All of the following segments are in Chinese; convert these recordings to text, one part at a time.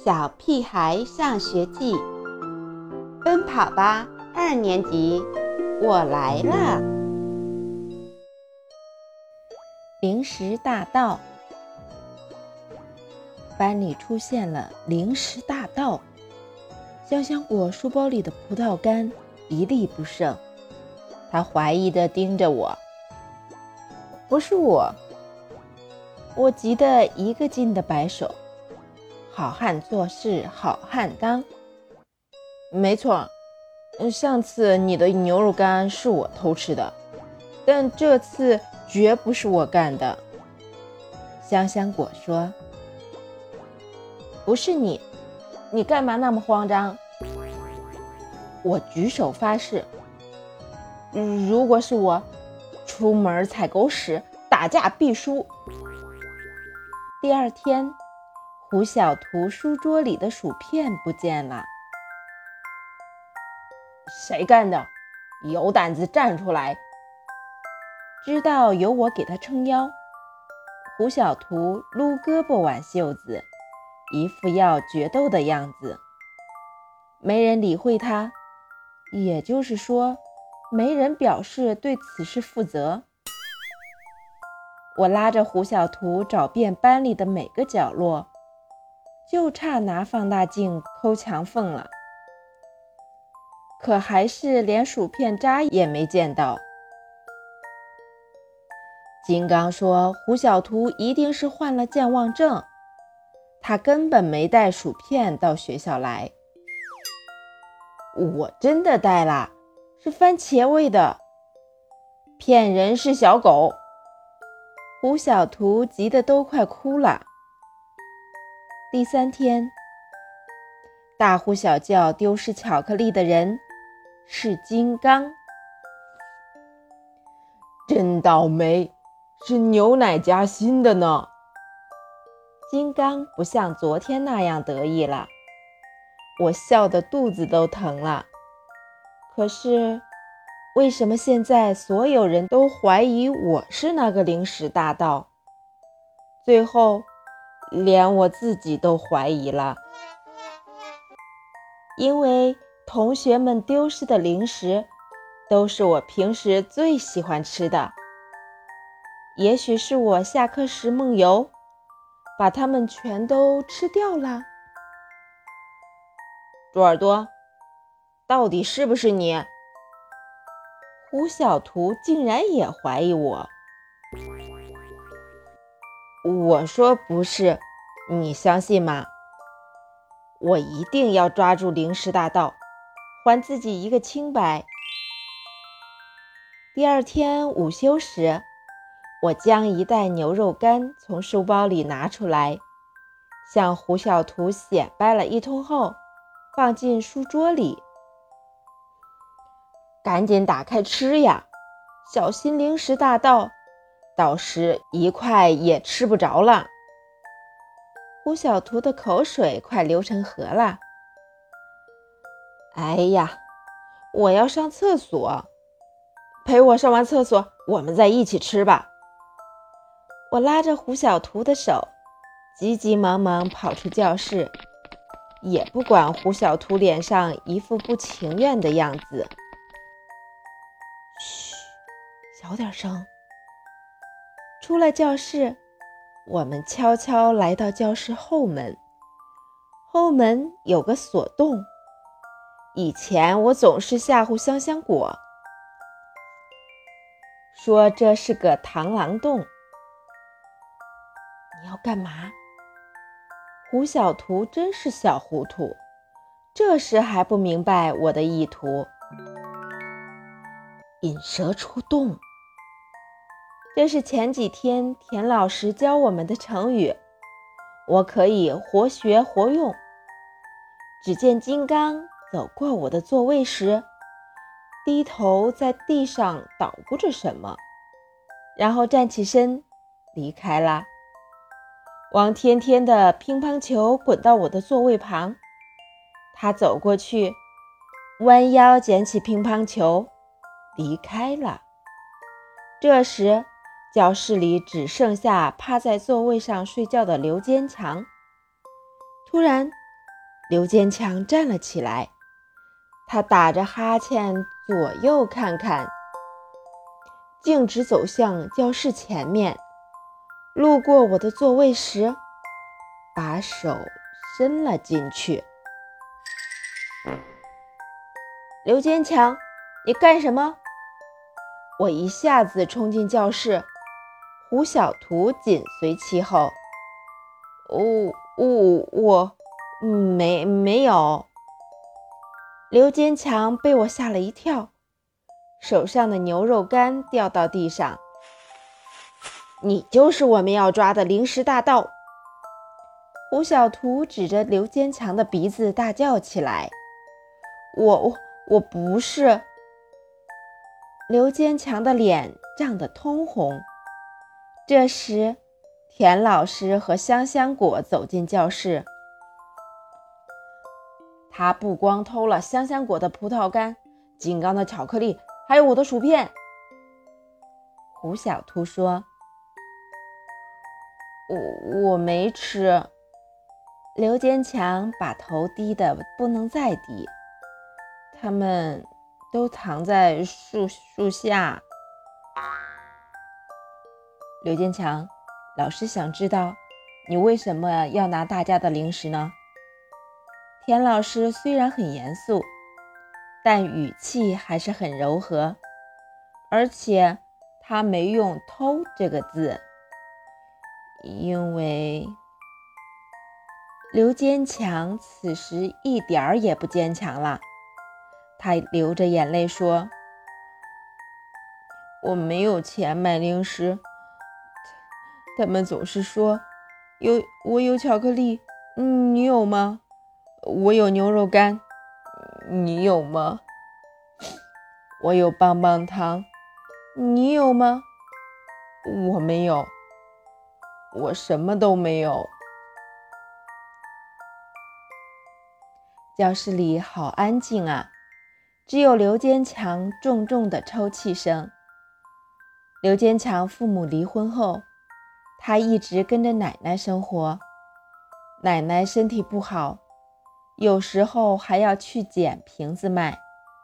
小屁孩上学记，奔跑吧2年级，我来了。零食大盗，班里出现了零食大盗。香香果书包里的葡萄干一粒不剩，他怀疑地盯着我。不是我急得一个劲地摆手。好汉做事好汉当。没错，上次你的牛肉干是我偷吃的，但这次绝不是我干的。香香果说。不是你干嘛那么慌张？我举手发誓，如果是我，出门踩狗屎，打架必输。第二天，胡小图书桌里的薯片不见了。谁干的？有胆子站出来！知道由我给他撑腰，胡小图撸胳膊挽袖子，一副要决斗的样子。没人理会他，也就是说，没人表示对此事负责。我拉着胡小图找遍班里的每个角落，就差拿放大镜抠墙缝了，可还是连薯片渣也没见到。金刚说胡小图一定是患了健忘症，他根本没带薯片到学校来。我真的带啦，是番茄味的。骗人是小狗。胡小图急得都快哭了。第三天，大呼小叫丢失巧克力的人是金刚。真倒霉，是牛奶夹心的呢。金刚不像昨天那样得意了，我笑得肚子都疼了。可是为什么现在所有人都怀疑我是那个零食大盗？最后连我自己都怀疑了。因为同学们丢失的零食都是我平时最喜欢吃的。也许是我下课时梦游，把它们全都吃掉了。猪耳朵，到底是不是你？胡小图竟然也怀疑我。我说不是，你相信吗？我一定要抓住零食大盗，还自己一个清白。第二天午休时，我将一袋牛肉干从书包里拿出来，向胡小图显摆了一通后，放进书桌里。赶紧打开吃呀，小心零食大盗，到时一块也吃不着了。胡小图的口水快流成河了。哎呀，我要上厕所，陪我上完厕所，我们再一起吃吧。我拉着胡小图的手，急急忙忙跑出教室，也不管胡小图脸上一副不情愿的样子。嘘，小点声。出了教室，我们悄悄来到教室后门。后门有个锁洞，以前我总是吓唬香香果，说这是个螳螂洞。你要干嘛？胡小图真是小糊涂，这时还不明白我的意图。引蛇出洞，这是前几天田老师教我们的成语，我可以活学活用。只见金刚走过我的座位时，低头在地上捣鼓着什么，然后站起身离开了。王天天的乒乓球滚到我的座位旁，他走过去，弯腰捡起乒乓球离开了。这时教室里只剩下趴在座位上睡觉的刘坚强。突然刘坚强站了起来，他打着哈欠左右看看，径直走向教室前面，路过我的座位时，把手伸了进去。刘坚强，你干什么？我一下子冲进教室，胡小图紧随其后。我没有。刘坚强被我吓了一跳，手上的牛肉干掉到地上。你就是我们要抓的临时大盗！胡小图指着刘坚强的鼻子大叫起来。我不是。刘坚强的脸涨得通红。这时田老师和香香果走进教室。他不光偷了香香果的葡萄干、金刚的巧克力，还有我的薯片。胡小图说。我没吃。刘坚强把头低得不能再低。他们都藏在树下。刘坚强，老师想知道你为什么要拿大家的零食呢？田老师虽然很严肃，但语气还是很柔和，而且他没用偷这个字。因为刘坚强此时一点儿也不坚强了，他流着眼泪说，我没有钱买零食，他们总是说我有巧克力，你有吗？我有牛肉干，你有吗？我有棒棒糖，你有吗？我没有，我什么都没有。教室里好安静啊，只有刘坚强重重的抽泣声。刘坚强父母离婚后，他一直跟着奶奶生活，奶奶身体不好，有时候还要去捡瓶子卖。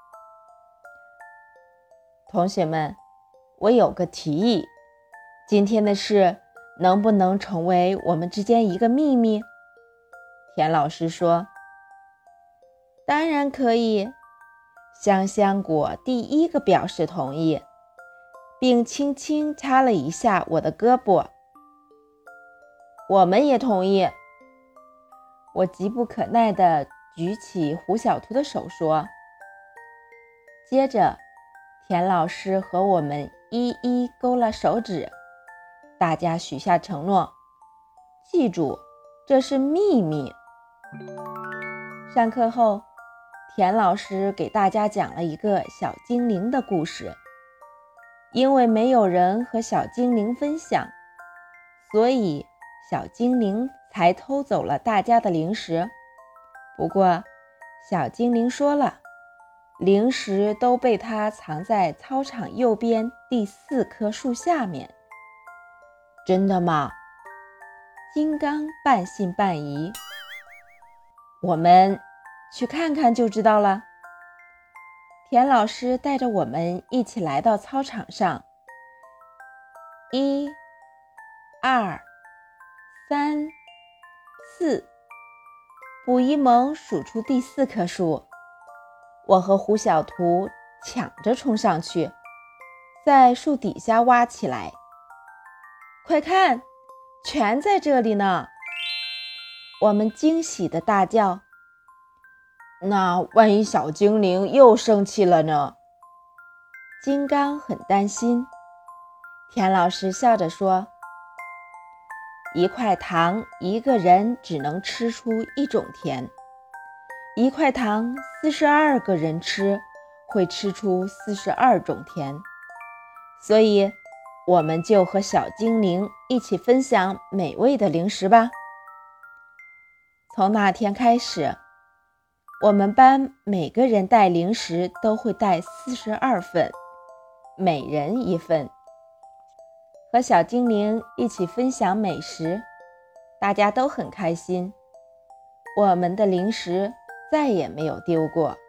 同学们，我有个提议，今天的事能不能成为我们之间一个秘密？田老师说。当然可以。香香果第一个表示同意，并轻轻擦了一下我的胳膊。我们也同意。我急不可耐地举起胡小图的手说。接着田老师和我们一一勾了手指，大家许下承诺，记住，这是秘密。上课后，田老师给大家讲了一个小精灵的故事。因为没有人和小精灵分享，所以小精灵才偷走了大家的零食。不过小精灵说了，零食都被他藏在操场右边第4棵树下面。真的吗？金刚半信半疑。我们去看看就知道了。田老师带着我们一起来到操场上。1、2、3、4，卜一萌数出第4棵树。我和胡小图抢着冲上去，在树底下挖起来。快看，全在这里呢！我们惊喜地大叫。那万一小精灵又生气了呢？金刚很担心。田老师笑着说，一块糖一个人只能吃出1种甜，一块糖42个人吃会吃出42种甜，所以我们就和小精灵一起分享美味的零食吧。从那天开始，我们班每个人带零食都会带42份，每人1份。和小精灵一起分享美食，大家都很开心。 我们的零食再也没有丢过。